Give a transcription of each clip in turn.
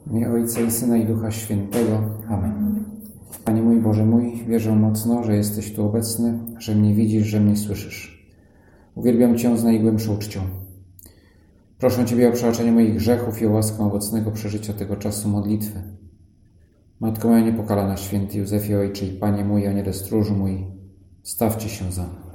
W imię Ojca i Syna i Ducha Świętego. Amen. Panie mój, Boże mój, wierzę mocno, że jesteś tu obecny, że mnie widzisz, że mnie słyszysz. Uwielbiam Cię z najgłębszą czcią. Proszę Ciebie o przebaczenie moich grzechów i o łaskę owocnego przeżycia tego czasu modlitwy. Matko moja niepokalana, święty Józefie, Ojcze i Panie mój, Aniele stróżu mój, stawcie się za mną.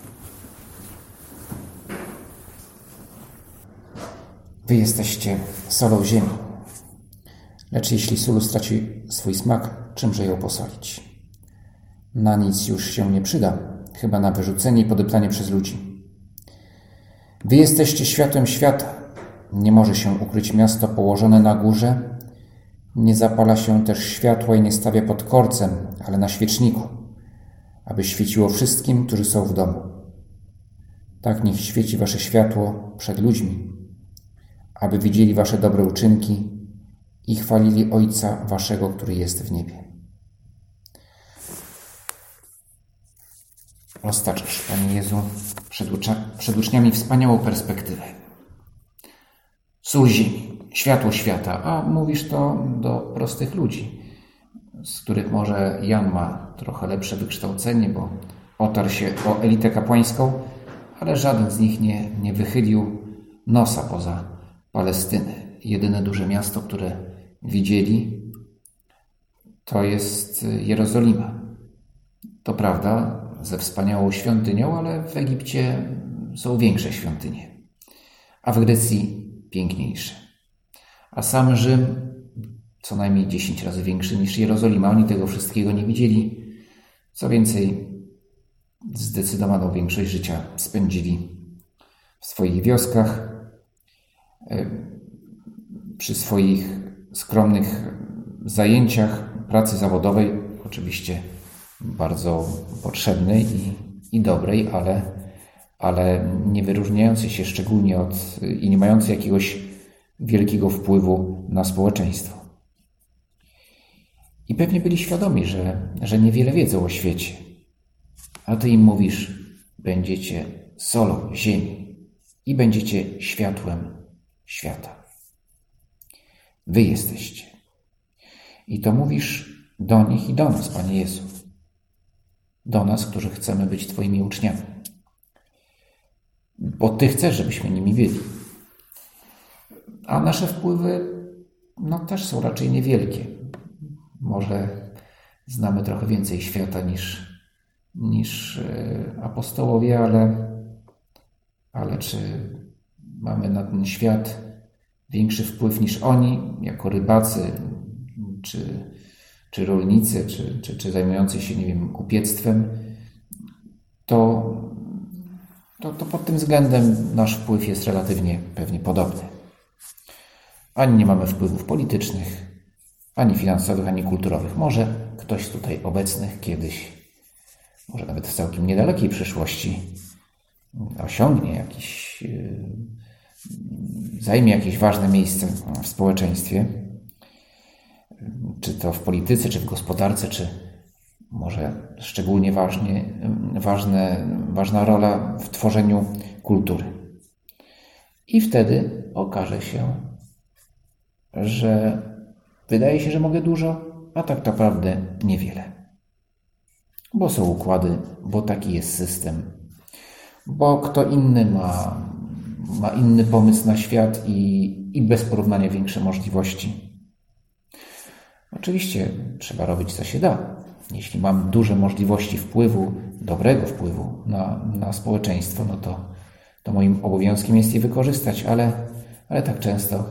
Wy jesteście solą ziemi. Lecz jeśli sól straci swój smak, czymże ją posolić? Na nic już się nie przyda, chyba na wyrzucenie i podeptanie przez ludzi. Wy jesteście światłem świata. Nie może się ukryć miasto położone na górze. Nie zapala się też światła i nie stawia pod korcem, ale na świeczniku, aby świeciło wszystkim, którzy są w domu. Tak niech świeci wasze światło przed ludźmi, aby widzieli wasze dobre uczynki i chwalili Ojca waszego, który jest w niebie. Roztaczasz, Panie Jezu, przed uczniami wspaniałą perspektywę. Sól ziemi, światło świata, a mówisz to do prostych ludzi, z których może Jan ma trochę lepsze wykształcenie, bo otarł się o elitę kapłańską, ale żaden z nich nie wychylił nosa poza Palestynę. Jedyne duże miasto, które widzieli, to jest Jerozolima. To prawda, ze wspaniałą świątynią, ale w Egipcie są większe świątynie, a w Grecji piękniejsze. A sam Rzym co najmniej 10 razy większy niż Jerozolima. Oni tego wszystkiego nie widzieli. Co więcej, zdecydowaną większość życia spędzili w swoich wioskach, przy swoich skromnych zajęciach pracy zawodowej, oczywiście bardzo potrzebnej i dobrej, ale nie wyróżniającej się szczególnie i nie mającej jakiegoś wielkiego wpływu na społeczeństwo. I pewnie byli świadomi, że niewiele wiedzą o świecie. A Ty im mówisz, będziecie solą ziemi i będziecie światłem świata. Wy jesteście. I to mówisz do nich i do nas, Panie Jezu. Do nas, którzy chcemy być Twoimi uczniami. Bo Ty chcesz, żebyśmy nimi byli. A nasze wpływy też są raczej niewielkie. Może znamy trochę więcej świata niż apostołowie, ale czy mamy na ten świat większy wpływ niż oni, jako rybacy, czy rolnicy, czy zajmujący się, nie wiem, kupiectwem, to pod tym względem nasz wpływ jest relatywnie pewnie podobny. Ani nie mamy wpływów politycznych, ani finansowych, ani kulturowych. Może ktoś z tutaj obecnych kiedyś, może nawet w całkiem niedalekiej przyszłości osiągnie zajmie jakieś ważne miejsce w społeczeństwie, czy to w polityce, czy w gospodarce, czy może szczególnie ważna rola w tworzeniu kultury. I wtedy okaże się, że wydaje się, że mogę dużo, a tak naprawdę niewiele. Bo są układy, bo taki jest system, bo kto inny ma inny pomysł na świat i bez porównania większe możliwości. Oczywiście trzeba robić, co się da. Jeśli mam duże możliwości wpływu, dobrego wpływu na społeczeństwo, to moim obowiązkiem jest je wykorzystać, ale tak często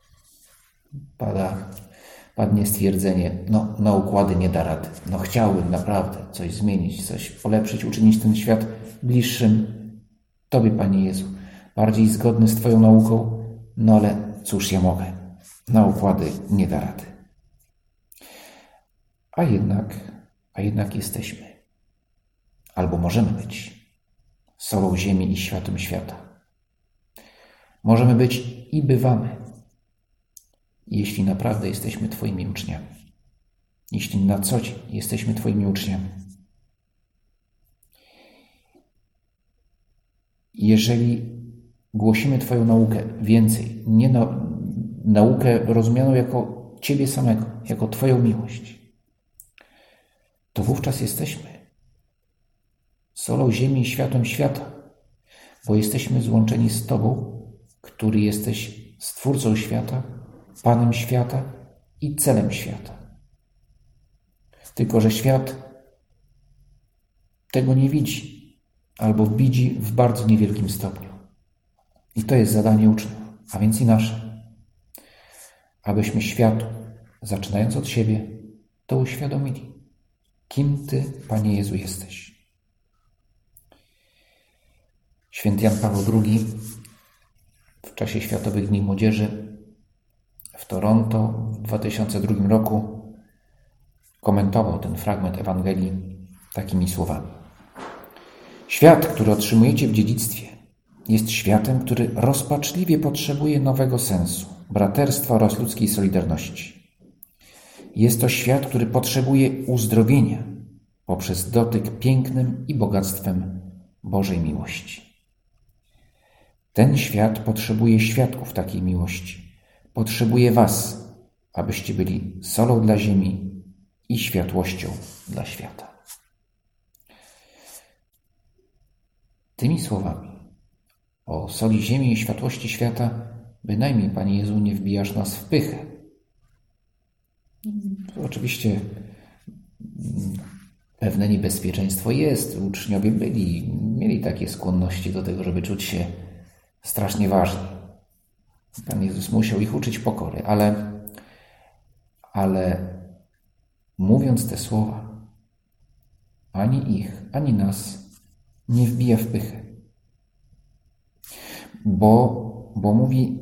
padnie stwierdzenie, na układy nie da rady. Chciałbym naprawdę coś zmienić, coś polepszyć, uczynić ten świat bliższym Tobie, Panie Jezu, bardziej zgodny z Twoją nauką, ale cóż ja mogę? Na układy nie da rady. A jednak jesteśmy, albo możemy być solą ziemi i światłem świata. Możemy być i bywamy, jeśli naprawdę jesteśmy Twoimi uczniami. Jeśli na co dzień jesteśmy Twoimi uczniami. Jeżeli głosimy Twoją naukę więcej, nie naukę rozumianą jako Ciebie samego, jako Twoją miłość, to wówczas jesteśmy solą ziemi i światłem świata, bo jesteśmy złączeni z Tobą, który jesteś Stwórcą świata, Panem świata i celem świata. Tylko że świat tego nie widzi, albo widzi w bardzo niewielkim stopniu. I to jest zadanie uczniów, a więc i nasze. Abyśmy światu, zaczynając od siebie, to uświadomili, kim Ty, Panie Jezu, jesteś. Święty Jan Paweł II w czasie Światowych Dni Młodzieży w Toronto w 2002 roku komentował ten fragment Ewangelii takimi słowami. Świat, który otrzymujecie w dziedzictwie, jest światem, który rozpaczliwie potrzebuje nowego sensu, braterstwa oraz ludzkiej solidarności. Jest to świat, który potrzebuje uzdrowienia poprzez dotyk pięknem i bogactwem Bożej miłości. Ten świat potrzebuje świadków takiej miłości. Potrzebuje Was, abyście byli solą dla ziemi i światłością dla świata. Tymi słowami o soli ziemi i światłości świata bynajmniej, Panie Jezu, nie wbijasz nas w pychę. Oczywiście pewne niebezpieczeństwo jest. Uczniowie mieli takie skłonności do tego, żeby czuć się strasznie ważni. Pan Jezus musiał ich uczyć pokory, ale mówiąc te słowa, ani ich, ani nas nie wbija w pychę. Bo mówi,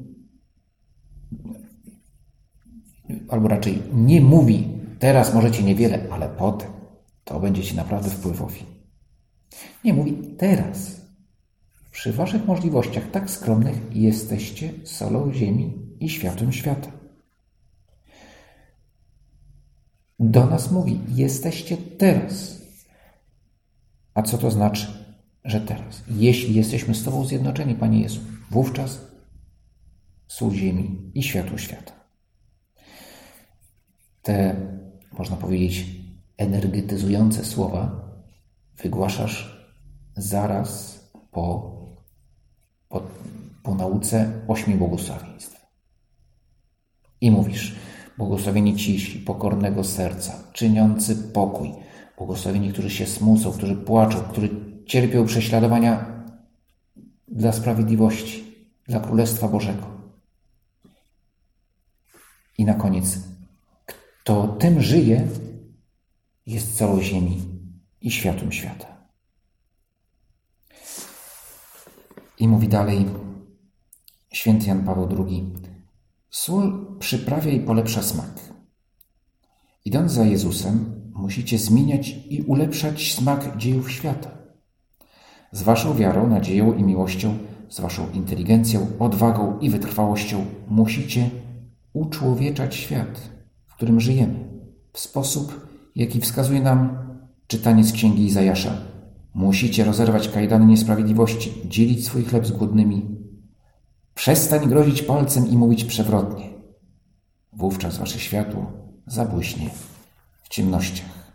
albo raczej nie mówi, teraz możecie niewiele, ale potem to będziecie naprawdę wpływowi. Nie mówi, teraz przy Waszych możliwościach tak skromnych jesteście solą ziemi i światłem świata. Do nas mówi, jesteście teraz. A co to znaczy, że teraz? Jeśli jesteśmy z Tobą zjednoczeni, Panie Jezu, wówczas sól ziemi i światło świata. Te, można powiedzieć, energetyzujące słowa wygłaszasz zaraz po nauce 8 błogosławieństw. I mówisz, błogosławieni cisi, pokornego serca, czyniący pokój, błogosławieni, którzy się smucą, którzy płaczą, którzy cierpią prześladowania dla sprawiedliwości, dla Królestwa Bożego. I na koniec, kto tym żyje, jest solą ziemi i światłem świata. I mówi dalej święty Jan Paweł II. Sól przyprawia i polepsza smak. Idąc za Jezusem, musicie zmieniać i ulepszać smak dziejów świata. Z Waszą wiarą, nadzieją i miłością, z Waszą inteligencją, odwagą i wytrwałością musicie uczłowieczać świat, w którym żyjemy, w sposób, jaki wskazuje nam czytanie z Księgi Izajasza. Musicie rozerwać kajdany niesprawiedliwości, dzielić swój chleb z głodnymi. Przestań grozić palcem i mówić przewrotnie. Wówczas Wasze światło zabłyśnie w ciemnościach.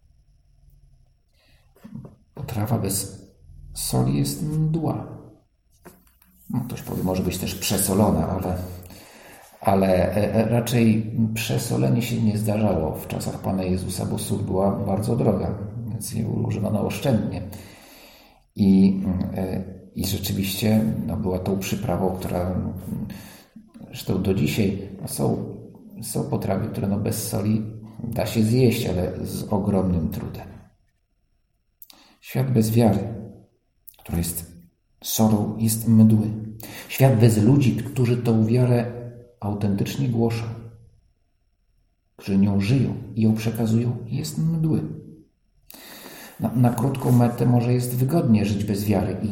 Potrawa bez soli jest mdła. Ktoś powie, może być też przesolona, ale raczej przesolenie się nie zdarzało w czasach Pana Jezusa, bo sól była bardzo droga, więc jej używano oszczędnie. I rzeczywiście była tą przyprawą, która zresztą do dzisiaj są potrawy, które bez soli da się zjeść, ale z ogromnym trudem. Świat bez wiary, która jest solą, jest mdły. Świat bez ludzi, którzy tą wiarę autentycznie głoszą, którzy nią żyją i ją przekazują, jest mdły. Na krótką metę może jest wygodnie żyć bez wiary i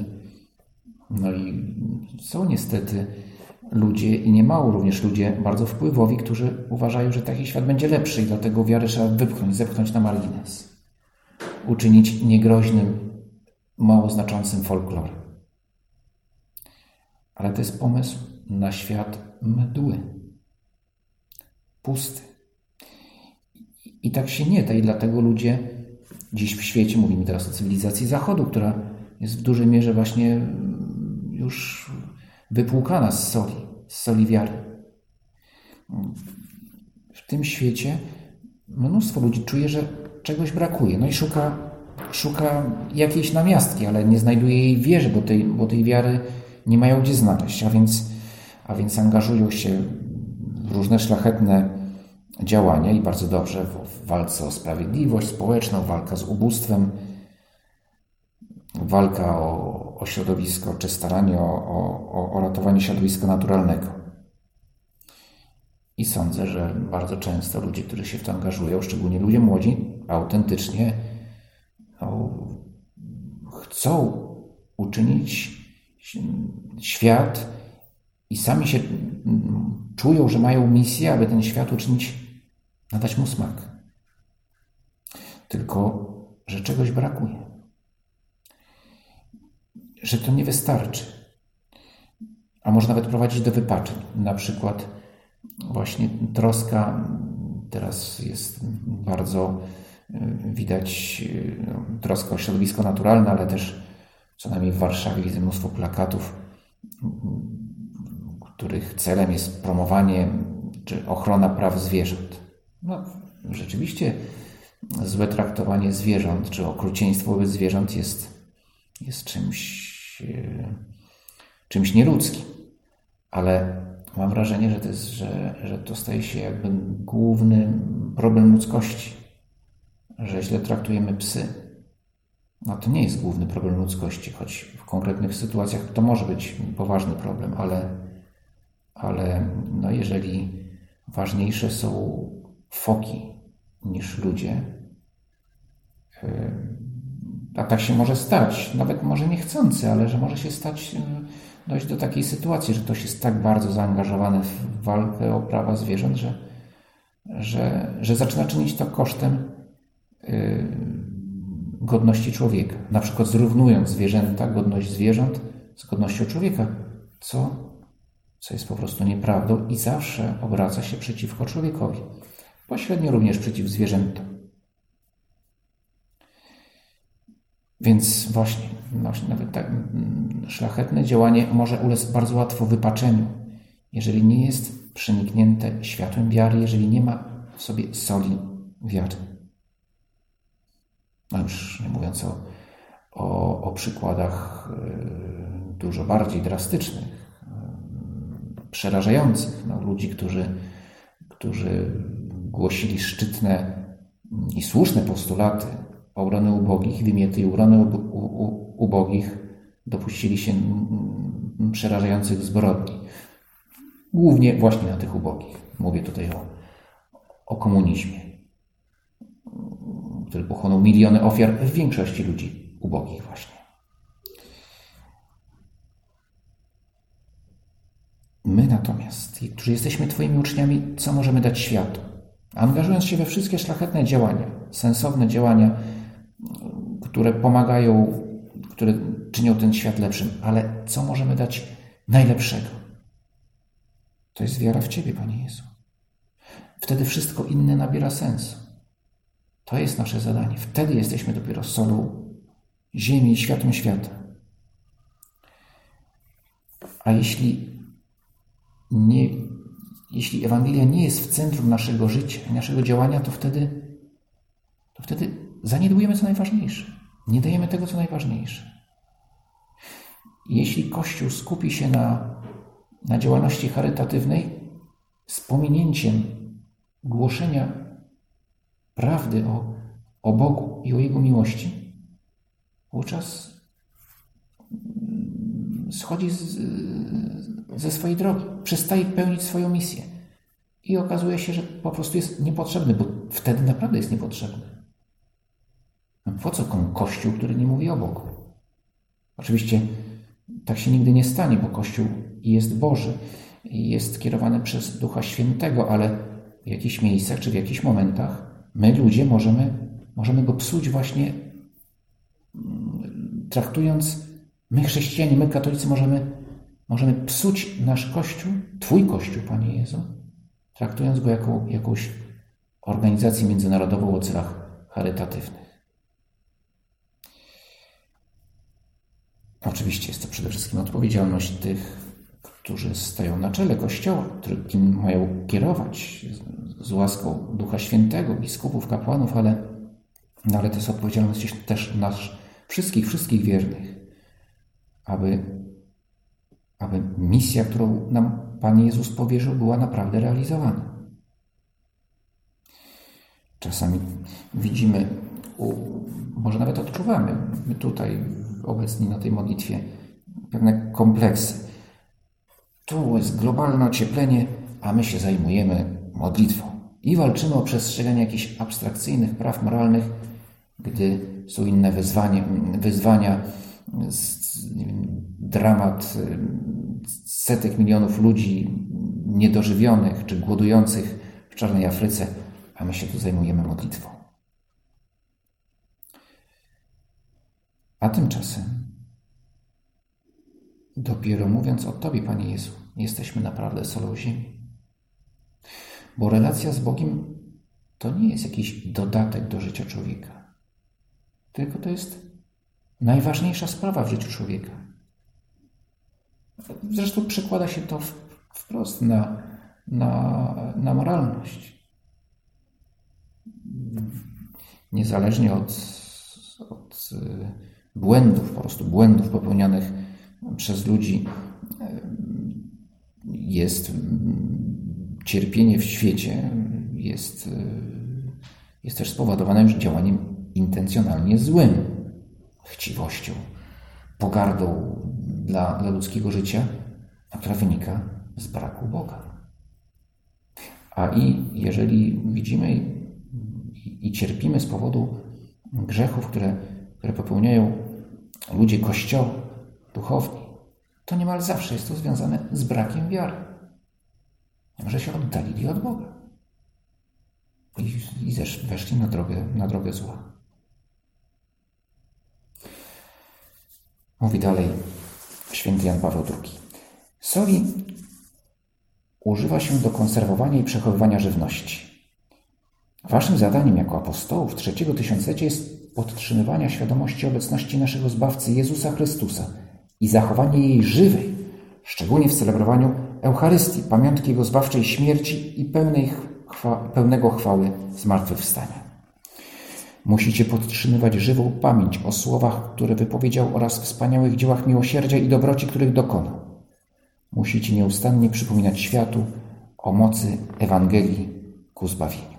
są niestety ludzie i niemało również ludzie bardzo wpływowi, którzy uważają, że taki świat będzie lepszy i dlatego wiarę trzeba wypchnąć, zepchnąć na margines. Uczynić niegroźnym, mało znaczącym folklorem. Ale to jest pomysł na świat mdły. pusty. I tak się nie da i dlatego ludzie dziś w świecie, mówimy teraz o cywilizacji Zachodu, która jest w dużej mierze właśnie już wypłukana z soli wiary. W tym świecie mnóstwo ludzi czuje, że czegoś brakuje. No i szuka jakiejś namiastki, ale nie znajduje jej w wierze, bo tej wiary nie mają gdzie znaleźć. A więc angażują się w różne szlachetne działania i bardzo dobrze w walce o sprawiedliwość społeczną, walka z ubóstwem, walka o środowisko, czy staranie o ratowanie środowiska naturalnego. I sądzę, że bardzo często ludzie, którzy się w to angażują, szczególnie ludzie młodzi, autentycznie chcą uczynić świat i sami się czują, że mają misję, aby ten świat uczynić, nadać mu smak. Tylko, że czegoś brakuje. Że to nie wystarczy. A może nawet prowadzić do wypaczeń. Na przykład właśnie troska, teraz jest bardzo widać troska o środowisko naturalne, ale też co najmniej w Warszawie widzę mnóstwo plakatów, których celem jest promowanie czy ochrona praw zwierząt. No, rzeczywiście złe traktowanie zwierząt czy okrucieństwo wobec zwierząt jest czymś nieludzkim. Ale mam wrażenie, że to staje się jakby główny problem ludzkości. Że źle traktujemy psy. No to nie jest główny problem ludzkości, choć w konkretnych sytuacjach to może być poważny problem, ale no jeżeli ważniejsze są foki niż ludzie, a tak się może stać, nawet może niechcący, ale że może się stać, dojść do takiej sytuacji, że ktoś jest tak bardzo zaangażowany w walkę o prawa zwierząt, że zaczyna czynić to kosztem godności człowieka. Na przykład zrównując zwierzęta, godność zwierząt z godnością człowieka, co jest po prostu nieprawdą i zawsze obraca się przeciwko człowiekowi. Pośrednio również przeciw zwierzętom. Więc właśnie nawet tak szlachetne działanie może ulec bardzo łatwo wypaczeniu, jeżeli nie jest przeniknięte światłem wiary, jeżeli nie ma w sobie soli wiary. No już nie mówiąc o przykładach dużo bardziej drastycznych, przerażających. No, ludzi, którzy głosili szczytne i słuszne postulaty obrony ubogich, wymiety i obrony ubogich, dopuścili się przerażających zbrodni. Głównie właśnie na tych ubogich. Mówię tutaj o komunizmie, który pochłonął miliony ofiar, w większości ludzi ubogich właśnie. My natomiast, którzy jesteśmy Twoimi uczniami, co możemy dać światu? Angażując się we wszystkie szlachetne działania, sensowne działania, które pomagają, które czynią ten świat lepszym, ale co możemy dać najlepszego? To jest wiara w Ciebie, Panie Jezu. Wtedy wszystko inne nabiera sensu. To jest nasze zadanie. Wtedy jesteśmy dopiero solą ziemi i światłem świata. A jeśli Ewangelia nie jest w centrum naszego życia i naszego działania, to wtedy zaniedbujemy co najważniejsze. Nie dajemy tego, co najważniejsze. Jeśli Kościół skupi się na działalności charytatywnej z pominięciem głoszenia prawdy o Bogu i o Jego miłości, wówczas schodzi ze swojej drogi, przestaje pełnić swoją misję i okazuje się, że po prostu jest niepotrzebny, bo wtedy naprawdę jest niepotrzebny. No po co komu Kościół, który nie mówi o Bogu? Oczywiście tak się nigdy nie stanie, bo Kościół jest Boży i jest kierowany przez Ducha Świętego, ale w jakichś miejscach czy w jakichś momentach my, ludzie, możemy go psuć właśnie traktując, my chrześcijanie, my katolicy możemy psuć nasz Kościół, Twój Kościół, Panie Jezu, traktując go jako jakąś organizację międzynarodową o celach charytatywnych. Oczywiście jest to przede wszystkim odpowiedzialność tych, którzy stoją na czele Kościoła, kim mają kierować z łaską Ducha Świętego, biskupów, kapłanów, ale to jest odpowiedzialność też nas wszystkich wiernych, aby misja, którą nam Pan Jezus powierzył, była naprawdę realizowana. Czasami widzimy, może nawet odczuwamy my tutaj obecni na tej modlitwie pewne kompleksy. Tu jest globalne ocieplenie, a my się zajmujemy modlitwą i walczymy o przestrzeganie jakichś abstrakcyjnych praw moralnych, gdy są inne wyzwania, dramat setek milionów ludzi niedożywionych czy głodujących w czarnej Afryce, a my się tu zajmujemy modlitwą. A tymczasem, dopiero mówiąc o Tobie, Panie Jezu, jesteśmy naprawdę solą ziemi. Bo relacja z Bogiem to nie jest jakiś dodatek do życia człowieka, tylko to jest najważniejsza sprawa w życiu człowieka. Zresztą przekłada się to wprost na moralność. Niezależnie od błędów, po prostu błędów popełnianych przez ludzi, jest cierpienie w świecie, jest też spowodowane już działaniem intencjonalnie złym, chciwością, pogardą dla ludzkiego życia, która wynika z braku Boga. A jeżeli widzimy i cierpimy z powodu grzechów, które popełniają ludzie Kościoła, duchowni, to niemal zawsze jest to związane z brakiem wiary. Że się oddalili od Boga i weszli na drogę zła. Mówi dalej święty Jan Paweł II. Soli używa się do konserwowania i przechowywania żywności. Waszym zadaniem jako apostołów trzeciego tysiąclecia jest podtrzymywanie świadomości obecności naszego Zbawcy Jezusa Chrystusa i zachowanie jej żywej, szczególnie w celebrowaniu Eucharystii, pamiątki Jego zbawczej śmierci i pełnego chwały zmartwychwstania. Musicie podtrzymywać żywą pamięć o słowach, które wypowiedział oraz wspaniałych dziełach miłosierdzia i dobroci, których dokonał. Musicie nieustannie przypominać światu o mocy Ewangelii ku zbawieniu.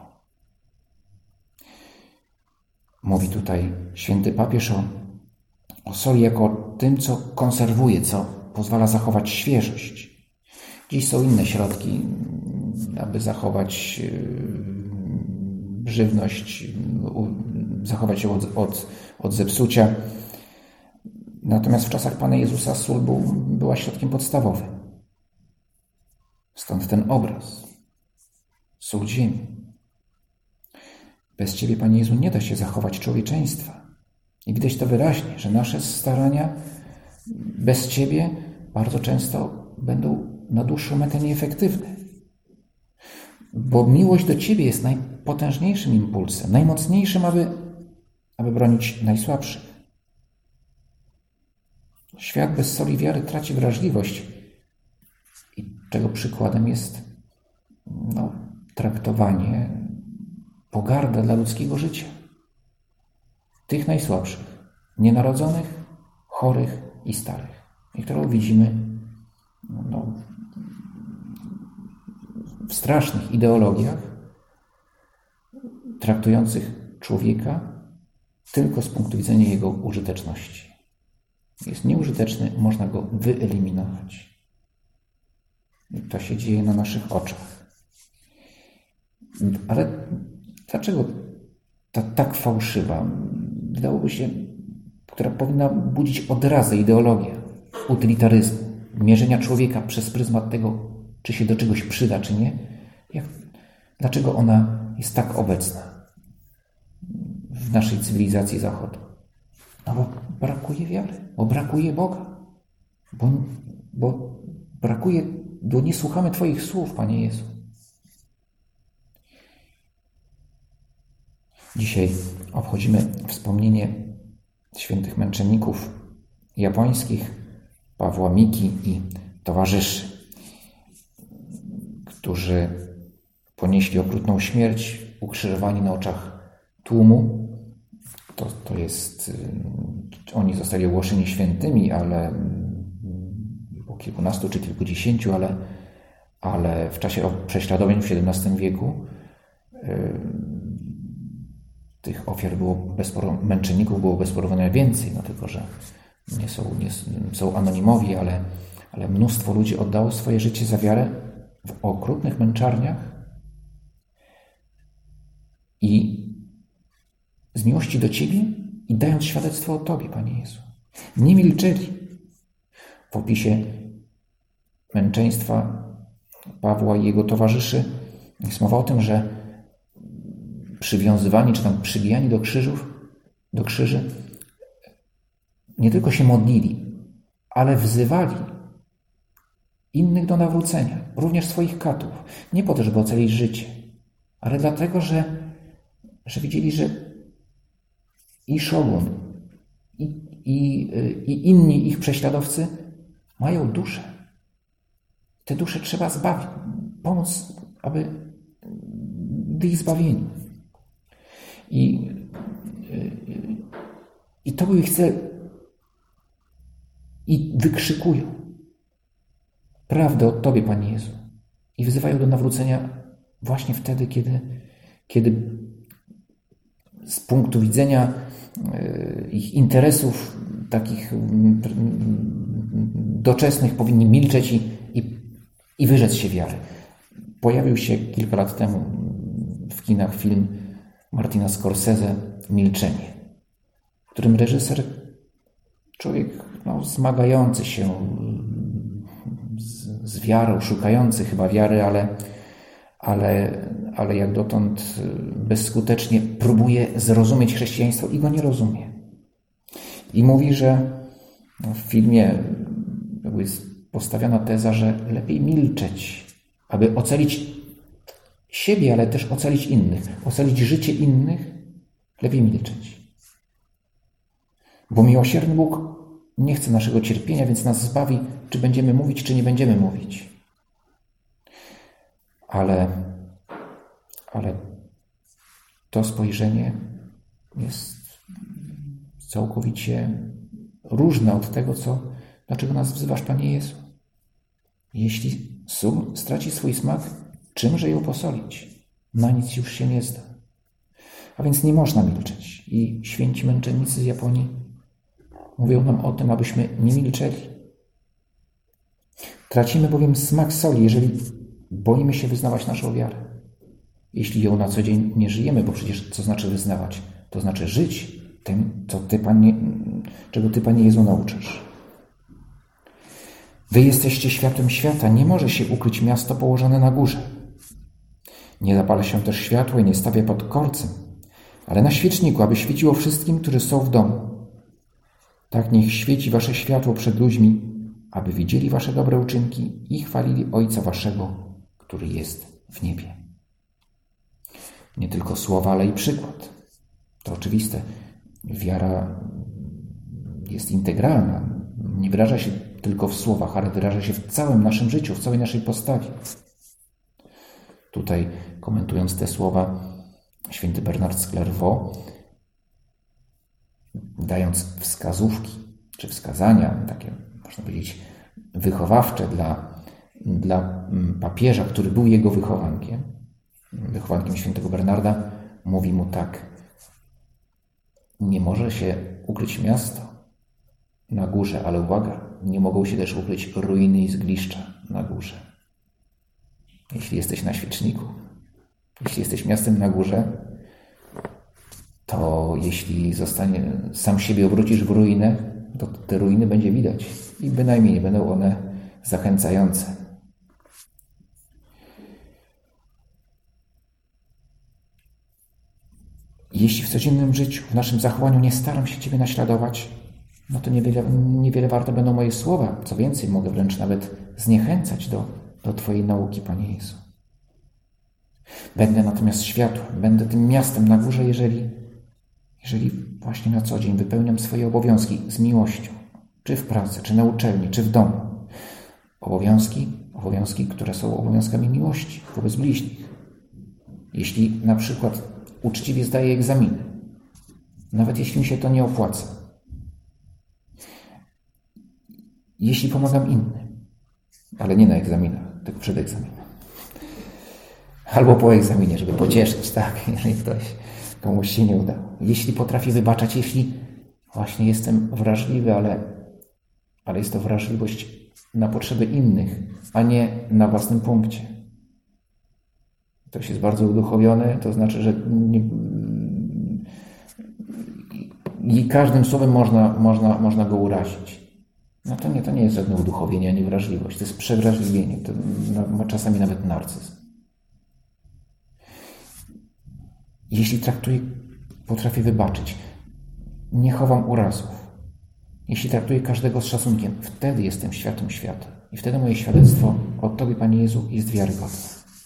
Mówi tutaj święty papież o soli jako tym, co konserwuje, co pozwala zachować świeżość. Dziś są inne środki, aby zachować żywność, zachować ją od zepsucia. Natomiast w czasach Pana Jezusa sól była środkiem podstawowym. Stąd ten obraz. Sól ziemi. Bez Ciebie, Panie Jezu, nie da się zachować człowieczeństwa. I widać to wyraźnie, że nasze starania bez Ciebie bardzo często będą na dłuższą metę nieefektywne. Bo miłość do Ciebie jest najpotężniejszym impulsem, najmocniejszym, aby bronić najsłabszych. Świat bez soli wiary traci wrażliwość i czego przykładem jest traktowanie, pogarda dla ludzkiego życia. Tych najsłabszych, nienarodzonych, chorych i starych. I którą widzimy w strasznych ideologiach traktujących człowieka tylko z punktu widzenia jego użyteczności. Jest nieużyteczny, można go wyeliminować. I to się dzieje na naszych oczach. Ale dlaczego ta tak fałszywa, wydałoby się, która powinna budzić odrazę ideologia utylitaryzmu, mierzenia człowieka przez pryzmat tego, czy się do czegoś przyda, czy nie? Dlaczego ona jest tak obecna w naszej cywilizacji Zachodu? Bo brakuje wiary, bo brakuje Boga, bo nie słuchamy Twoich słów, Panie Jezu. Dzisiaj obchodzimy wspomnienie świętych męczenników japońskich, Pawła Miki i towarzyszy, którzy ponieśli okrutną śmierć ukrzyżowani na oczach tłumu. To jest, oni zostali ogłoszeni świętymi, ale po kilkunastu czy kilkudziesięciu, ale w czasie prześladowań w XVII wieku tych ofiar męczenników było bezporównania więcej, tylko że nie są anonimowi, ale mnóstwo ludzi oddało swoje życie za wiarę w okrutnych męczarniach i z miłości do Ciebie i dając świadectwo o Tobie, Panie Jezu. Nie milczeli. W opisie męczeństwa Pawła i jego towarzyszy jest mowa o tym, że przywiązywani czy tam przybijani do krzyży, nie tylko się modlili, ale wzywali innych do nawrócenia, również swoich katów. Nie po to, żeby ocalić życie, ale dlatego, że widzieli, że i Szogun, i inni ich prześladowcy mają duszę. Te dusze trzeba zbawić, pomóc, aby w ich zbawieniu. I to był ich cel. I wykrzykują prawdę o Tobie, Panie Jezu. I wzywają do nawrócenia właśnie wtedy, kiedy z punktu widzenia ich interesów takich doczesnych powinni milczeć i wyrzec się wiary. Pojawił się kilka lat temu w kinach film Martina Scorsese „Milczenie”, w którym reżyser, człowiek zmagający się z wiarą, szukający chyba wiary, ale jak dotąd bezskutecznie próbuje zrozumieć chrześcijaństwo i go nie rozumie. I mówi, że w filmie jest postawiona teza, że lepiej milczeć, aby ocalić siebie, ale też ocalić innych. Ocalić życie innych, lepiej milczeć. Bo miłosierny Bóg nie chce naszego cierpienia, więc nas zbawi, czy będziemy mówić, czy nie będziemy mówić. Ale to spojrzenie jest całkowicie różne od tego, dlaczego nas wzywasz, Panie Jezu. Jeśli sól straci swój smak, czymże ją posolić? Na nic już się nie zda. A więc nie można milczeć. I święci męczennicy z Japonii mówią nam o tym, abyśmy nie milczeli. Tracimy bowiem smak soli, jeżeli boimy się wyznawać naszą wiarę. Jeśli ją na co dzień nie żyjemy, bo przecież co znaczy wyznawać? To znaczy żyć tym, czego Ty, Panie Jezu, nauczasz. Wy jesteście światłem świata, nie może się ukryć miasto położone na górze. Nie zapala się też światło i nie stawia pod korcem, ale na świeczniku, aby świeciło wszystkim, którzy są w domu. Tak niech świeci Wasze światło przed ludźmi, aby widzieli Wasze dobre uczynki i chwalili Ojca Waszego, który jest w niebie. Nie tylko słowa, ale i przykład. To oczywiste. Wiara jest integralna. Nie wyraża się tylko w słowach, ale wyraża się w całym naszym życiu, w całej naszej postawie. Tutaj, komentując te słowa, święty Bernard z Clairvaux, dając wskazówki czy wskazania, takie można powiedzieć wychowawcze dla papieża, który był jego wychowankiem świętego Bernarda, mówi mu tak: nie może się ukryć miasto na górze, ale uwaga, nie mogą się też ukryć ruiny i zgliszcza na górze. Jeśli jesteś na świeczniku, jeśli jesteś miastem na górze, to jeśli sam siebie obrócisz w ruinę, to te ruiny będzie widać i bynajmniej nie będą one zachęcające. Jeśli w codziennym życiu, w naszym zachowaniu nie staram się Ciebie naśladować, no to niewiele warte będą moje słowa. Co więcej, mogę wręcz nawet zniechęcać do Twojej nauki, Panie Jezu. Będę natomiast światłem, będę tym miastem na górze, jeżeli właśnie na co dzień wypełniam swoje obowiązki z miłością, czy w pracy, czy na uczelni, czy w domu. Obowiązki, które są obowiązkami miłości wobec bliźnich. Jeśli na przykład uczciwie zdaję egzaminy, nawet jeśli mi się to nie opłaca. Jeśli pomagam innym, ale nie na egzaminach, tylko przed egzaminem. Albo po egzaminie, żeby pocieszyć, tak, jeżeli komuś się nie udało. Jeśli potrafię wybaczać, jeśli właśnie jestem wrażliwy, ale jest to wrażliwość na potrzeby innych, a nie na własnym punkcie. Ktoś jest bardzo uduchowiony, to znaczy, że i każdym słowem można go urazić. No to nie jest żadne uduchowienie ani wrażliwość. To jest przewrażliwienie. To ma czasami nawet narcyzm. Jeśli potrafię wybaczyć, nie chowam urazów. Jeśli traktuję każdego z szacunkiem, wtedy jestem światłem świata. I wtedy moje świadectwo o Tobie, Panie Jezu, jest wiarygodne.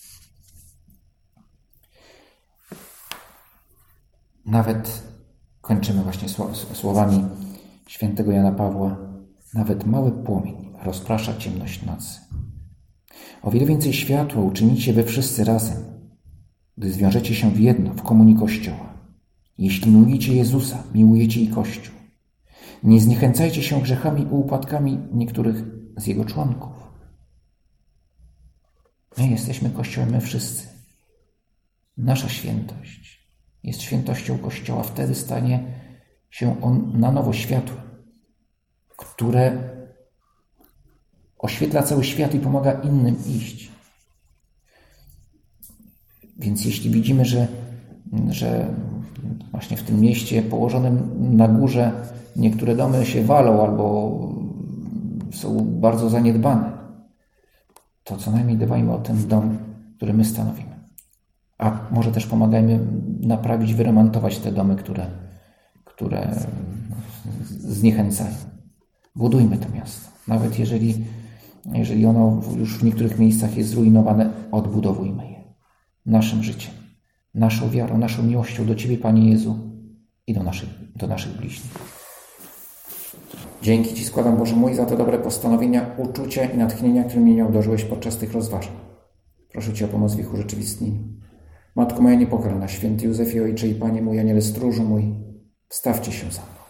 Nawet kończymy właśnie słowami świętego Jana Pawła. Nawet mały płomień rozprasza ciemność nocy. O wiele więcej światła uczynicie wy wszyscy razem, gdy zwiążecie się w jedno, w komunii Kościoła. Jeśli miłujecie Jezusa, miłujecie i Kościół. Nie zniechęcajcie się grzechami i upadkami niektórych z Jego członków. My jesteśmy Kościołem, my wszyscy. Nasza świętość jest świętością Kościoła. Wtedy stanie się on na nowo światłem, które oświetla cały świat i pomaga innym iść. Więc jeśli widzimy, że właśnie w tym mieście położonym na górze niektóre domy się walą albo są bardzo zaniedbane, to co najmniej dbajmy o ten dom, który my stanowimy. A może też pomagajmy naprawić, wyremontować te domy, które zniechęcają. Budujmy to miasto. Nawet jeżeli ono już w niektórych miejscach jest zrujnowane, odbudowujmy je. Naszym życiem, naszą wiarą, naszą miłością do Ciebie, Panie Jezu, i do naszych bliźnich. Dzięki Ci składam, Boże mój, za te dobre postanowienia, uczucia i natchnienia, którymi mnie obdarzyłeś podczas tych rozważań. Proszę Cię o pomoc w ich urzeczywistnieniu. Matko moja niepokalana, święty Józefie, Ojcze i Panie mój, Aniele stróżu mój, wstawcie się za mną.